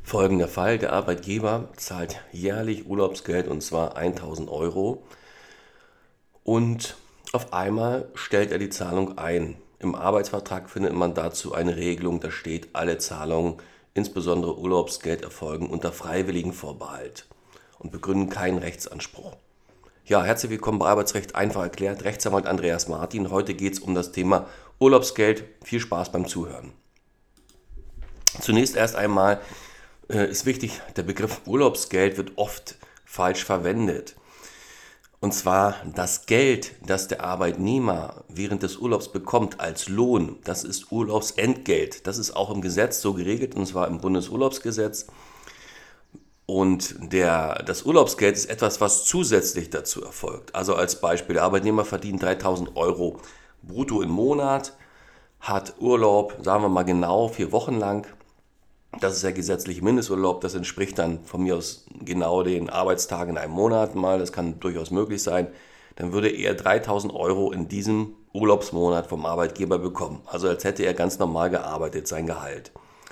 Folgender Fall: Der Arbeitgeber zahlt jährlich Urlaubsgeld, und zwar 1.000 Euro, und auf einmal stellt er die Zahlung ein. Im Arbeitsvertrag findet man dazu eine Regelung, da steht: Alle Zahlungen, insbesondere Urlaubsgeld, erfolgen unter freiwilligem Vorbehalt und begründen keinen Rechtsanspruch. Ja, herzlich willkommen bei Arbeitsrecht einfach erklärt. Rechtsanwalt Andreas Martin. Heute geht es um das Thema Urlaubsgeld. Viel Spaß beim Zuhören. Zunächst erst einmal ist wichtig, der Begriff Urlaubsgeld wird oft falsch verwendet. Und zwar das Geld, das der Arbeitnehmer während des Urlaubs bekommt als Lohn, das ist Urlaubsentgelt. Das ist auch im Gesetz so geregelt, und zwar im Bundesurlaubsgesetz. Und das Urlaubsgeld ist etwas, was zusätzlich dazu erfolgt. Also als Beispiel: Der Arbeitnehmer verdient 3.000 Euro brutto im Monat, hat Urlaub, sagen wir mal genau 4 Wochen lang. Das ist der gesetzliche Mindesturlaub, das entspricht dann von mir aus genau den Arbeitstagen in einem Monat mal, das kann durchaus möglich sein. Dann würde er 3.000 Euro in diesem Urlaubsmonat vom Arbeitgeber bekommen. Also als hätte er ganz normal gearbeitet, sein Gehalt.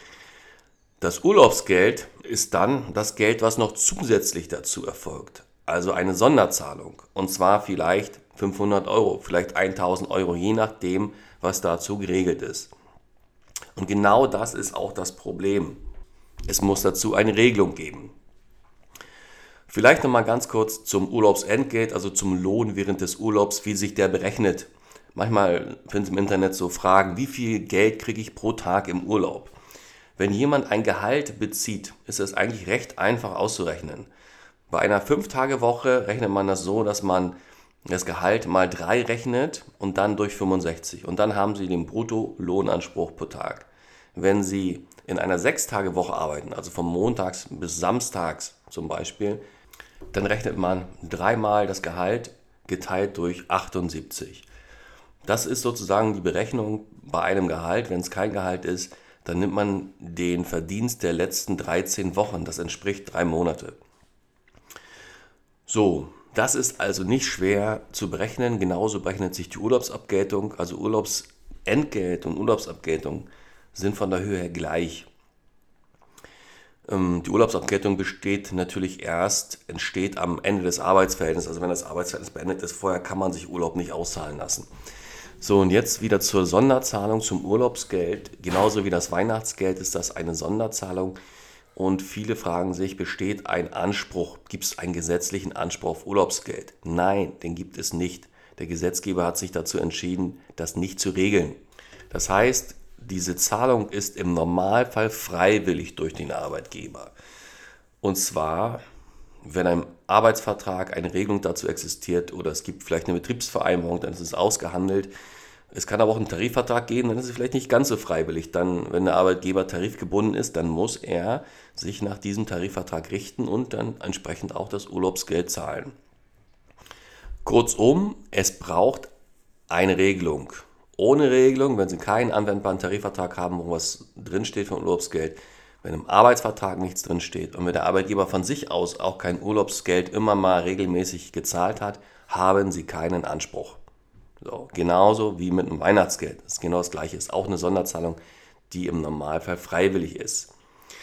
Das Urlaubsgeld ist dann das Geld, was noch zusätzlich dazu erfolgt. Also eine Sonderzahlung. Und zwar vielleicht 500 Euro, vielleicht 1.000 Euro, je nachdem, was dazu geregelt ist. Und genau das ist auch das Problem. Es muss dazu eine Regelung geben. Vielleicht nochmal ganz kurz zum Urlaubsentgelt, also zum Lohn während des Urlaubs, wie sich der berechnet. Manchmal finden Sie im Internet so Fragen: Wie viel Geld kriege ich pro Tag im Urlaub? Wenn jemand ein Gehalt bezieht, ist es eigentlich recht einfach auszurechnen. Bei einer 5-Tage-Woche rechnet man das so, dass man das Gehalt mal 3 rechnet und dann durch 65. Und dann haben Sie den Bruttolohnanspruch pro Tag. Wenn Sie in einer 6-Tage-Woche arbeiten, also von montags bis samstags zum Beispiel, dann rechnet man 3 mal das Gehalt geteilt durch 78. Das ist sozusagen die Berechnung bei einem Gehalt. Wenn es kein Gehalt ist, dann nimmt man den Verdienst der letzten 13 Wochen. Das entspricht 3 Monate. So, das ist also nicht schwer zu berechnen. Genauso berechnet sich die Urlaubsabgeltung. Also Urlaubsentgelt und Urlaubsabgeltung sind von der Höhe her gleich. Die Urlaubsabgeltung entsteht am Ende des Arbeitsverhältnisses. Also wenn das Arbeitsverhältnis beendet ist, vorher kann man sich Urlaub nicht auszahlen lassen. So, und jetzt wieder zur Sonderzahlung, zum Urlaubsgeld. Genauso wie das Weihnachtsgeld ist das eine Sonderzahlung. Und viele fragen sich: Besteht ein Anspruch? Gibt es einen gesetzlichen Anspruch auf Urlaubsgeld? Nein, den gibt es nicht. Der Gesetzgeber hat sich dazu entschieden, das nicht zu regeln. Das heißt, diese Zahlung ist im Normalfall freiwillig durch den Arbeitgeber. Und zwar, wenn im Arbeitsvertrag eine Regelung dazu existiert oder es gibt vielleicht eine Betriebsvereinbarung, dann ist es ausgehandelt. Es kann aber auch einen Tarifvertrag geben, dann ist es vielleicht nicht ganz so freiwillig. Dann, wenn der Arbeitgeber tarifgebunden ist, dann muss er sich nach diesem Tarifvertrag richten und dann entsprechend auch das Urlaubsgeld zahlen. Kurzum, es braucht eine Regelung. Ohne Regelung, wenn Sie keinen anwendbaren Tarifvertrag haben, wo was drinsteht vom Urlaubsgeld, wenn im Arbeitsvertrag nichts drinsteht und wenn der Arbeitgeber von sich aus auch kein Urlaubsgeld immer mal regelmäßig gezahlt hat, haben Sie keinen Anspruch. So, genauso wie mit einem Weihnachtsgeld. Das ist genau das Gleiche. Ist auch eine Sonderzahlung, die im Normalfall freiwillig ist.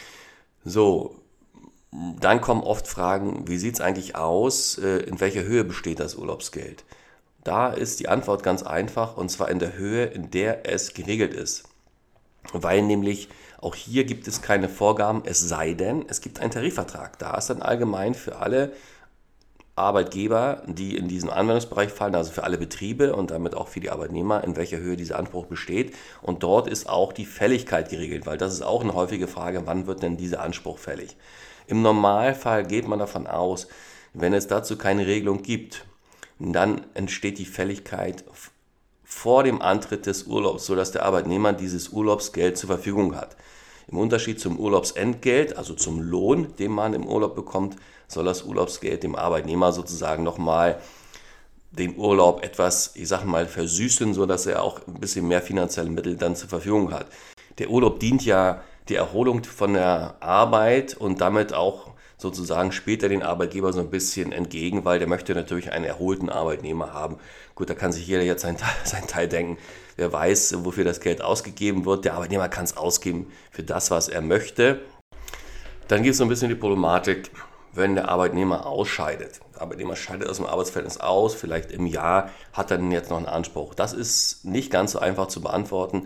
So, dann kommen oft Fragen: Wie sieht es eigentlich aus? In welcher Höhe besteht das Urlaubsgeld? Da ist die Antwort ganz einfach, und zwar in der Höhe, in der es geregelt ist. Weil nämlich auch hier gibt es keine Vorgaben, es sei denn, es gibt einen Tarifvertrag. Da ist dann allgemein für alle Arbeitgeber, die in diesen Anwendungsbereich fallen, also für alle Betriebe und damit auch für die Arbeitnehmer, in welcher Höhe dieser Anspruch besteht. Und dort ist auch die Fälligkeit geregelt, weil das ist auch eine häufige Frage: Wann wird denn dieser Anspruch fällig? Im Normalfall geht man davon aus, wenn es dazu keine Regelung gibt, dann entsteht die Fälligkeit vor dem Antritt des Urlaubs, sodass der Arbeitnehmer dieses Urlaubsgeld zur Verfügung hat. Im Unterschied zum Urlaubsentgelt, also zum Lohn, den man im Urlaub bekommt, soll das Urlaubsgeld dem Arbeitnehmer sozusagen nochmal den Urlaub etwas, ich sag mal, versüßen, sodass er auch ein bisschen mehr finanzielle Mittel dann zur Verfügung hat. Der Urlaub dient ja der Erholung von der Arbeit und damit auch sozusagen später den Arbeitgeber so ein bisschen entgegen, weil der möchte natürlich einen erholten Arbeitnehmer haben. Gut, da kann sich jeder jetzt seinen Teil denken. Wer weiß, wofür das Geld ausgegeben wird. Der Arbeitnehmer kann es ausgeben für das, was er möchte. Dann gibt es so ein bisschen die Problematik, wenn der Arbeitnehmer ausscheidet. Der Arbeitnehmer scheidet aus dem Arbeitsverhältnis aus, vielleicht im Jahr, hat er denn jetzt noch einen Anspruch. Das ist nicht ganz so einfach zu beantworten.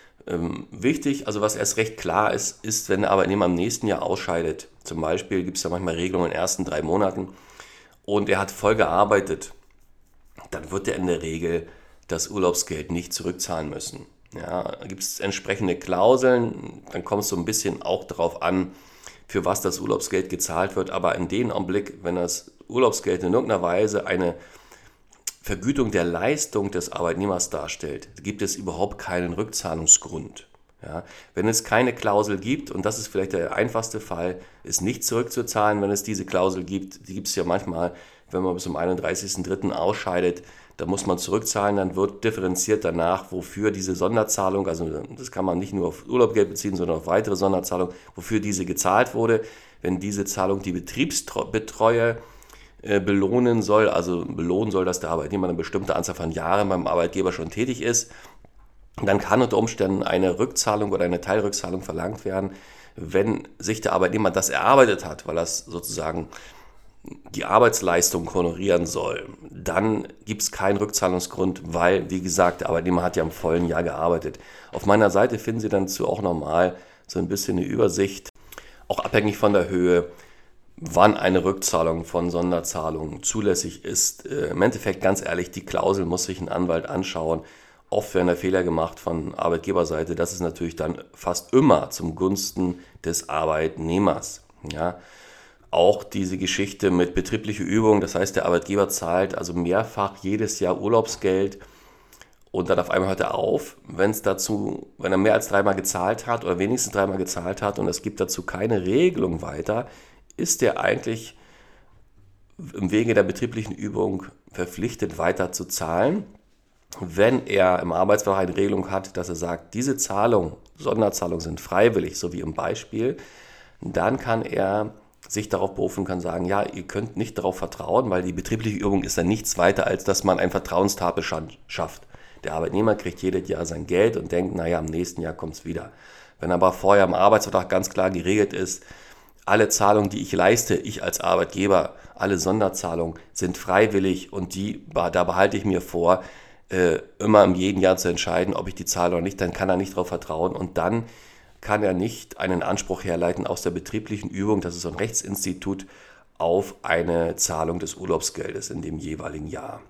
Wichtig, also was erst recht klar ist, ist, wenn der Arbeitnehmer im nächsten Jahr ausscheidet. Zum Beispiel gibt es ja manchmal Regelungen in den ersten 3 Monaten und er hat voll gearbeitet, dann wird er in der Regel das Urlaubsgeld nicht zurückzahlen müssen. Ja, da gibt es entsprechende Klauseln, dann kommt es so ein bisschen auch darauf an, für was das Urlaubsgeld gezahlt wird. Aber in dem Augenblick, wenn das Urlaubsgeld in irgendeiner Weise eine Vergütung der Leistung des Arbeitnehmers darstellt, gibt es überhaupt keinen Rückzahlungsgrund. Ja, wenn es keine Klausel gibt, und das ist vielleicht der einfachste Fall, ist nicht zurückzuzahlen, wenn es diese Klausel gibt, die gibt es ja manchmal, wenn man bis zum 31.03. ausscheidet, da muss man zurückzahlen, dann wird differenziert danach, wofür diese Sonderzahlung, also das kann man nicht nur auf Urlaubgeld beziehen, sondern auf weitere Sonderzahlung, wofür diese gezahlt wurde. Wenn diese Zahlung die Betriebsbetreuer belohnen soll, also belohnen soll, dass der Arbeitnehmer eine bestimmte Anzahl von Jahren beim Arbeitgeber schon tätig ist, dann kann unter Umständen eine Rückzahlung oder eine Teilrückzahlung verlangt werden, wenn sich der Arbeitnehmer das erarbeitet hat, weil das sozusagen die Arbeitsleistung honorieren soll. Dann gibt es keinen Rückzahlungsgrund, weil, wie gesagt, der Arbeitnehmer hat ja im vollen Jahr gearbeitet. Auf meiner Seite finden Sie dazu auch nochmal so ein bisschen eine Übersicht, auch abhängig von der Höhe, wann eine Rückzahlung von Sonderzahlungen zulässig ist. Im Endeffekt, ganz ehrlich, die Klausel muss sich ein Anwalt anschauen. Oft werden da Fehler gemacht von Arbeitgeberseite. Das ist natürlich dann fast immer zum Gunsten des Arbeitnehmers. Ja. Auch diese Geschichte mit betrieblicher Übung, das heißt, der Arbeitgeber zahlt also mehrfach jedes Jahr Urlaubsgeld und dann auf einmal hört er auf, wenn er mehr als 3-mal gezahlt hat oder wenigstens 3-mal gezahlt hat und es gibt dazu keine Regelung weiter, ist er eigentlich im Wege der betrieblichen Übung verpflichtet, weiter zu zahlen. Wenn er im Arbeitsvertrag eine Regelung hat, dass er sagt, diese Sonderzahlungen sind freiwillig, so wie im Beispiel, dann kann er sich darauf berufen, kann sagen, ja, ihr könnt nicht darauf vertrauen, weil die betriebliche Übung ist dann nichts weiter, als dass man einen Vertrauenstatbestand schafft. Der Arbeitnehmer kriegt jedes Jahr sein Geld und denkt, naja, im nächsten Jahr kommt es wieder. Wenn aber vorher im Arbeitsvertrag ganz klar geregelt ist, alle Zahlungen, die ich leiste, ich als Arbeitgeber, alle Sonderzahlungen sind freiwillig und da behalte ich mir vor, immer in jedem Jahr zu entscheiden, ob ich die zahle oder nicht, dann kann er nicht darauf vertrauen und dann kann er nicht einen Anspruch herleiten aus der betrieblichen Übung, das ist so ein Rechtsinstitut, auf eine Zahlung des Urlaubsgeldes in dem jeweiligen Jahr.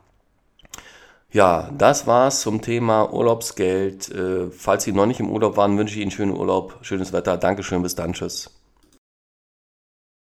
Ja, das war's zum Thema Urlaubsgeld. Falls Sie noch nicht im Urlaub waren, wünsche ich Ihnen schönen Urlaub, schönes Wetter. Dankeschön, bis dann, tschüss.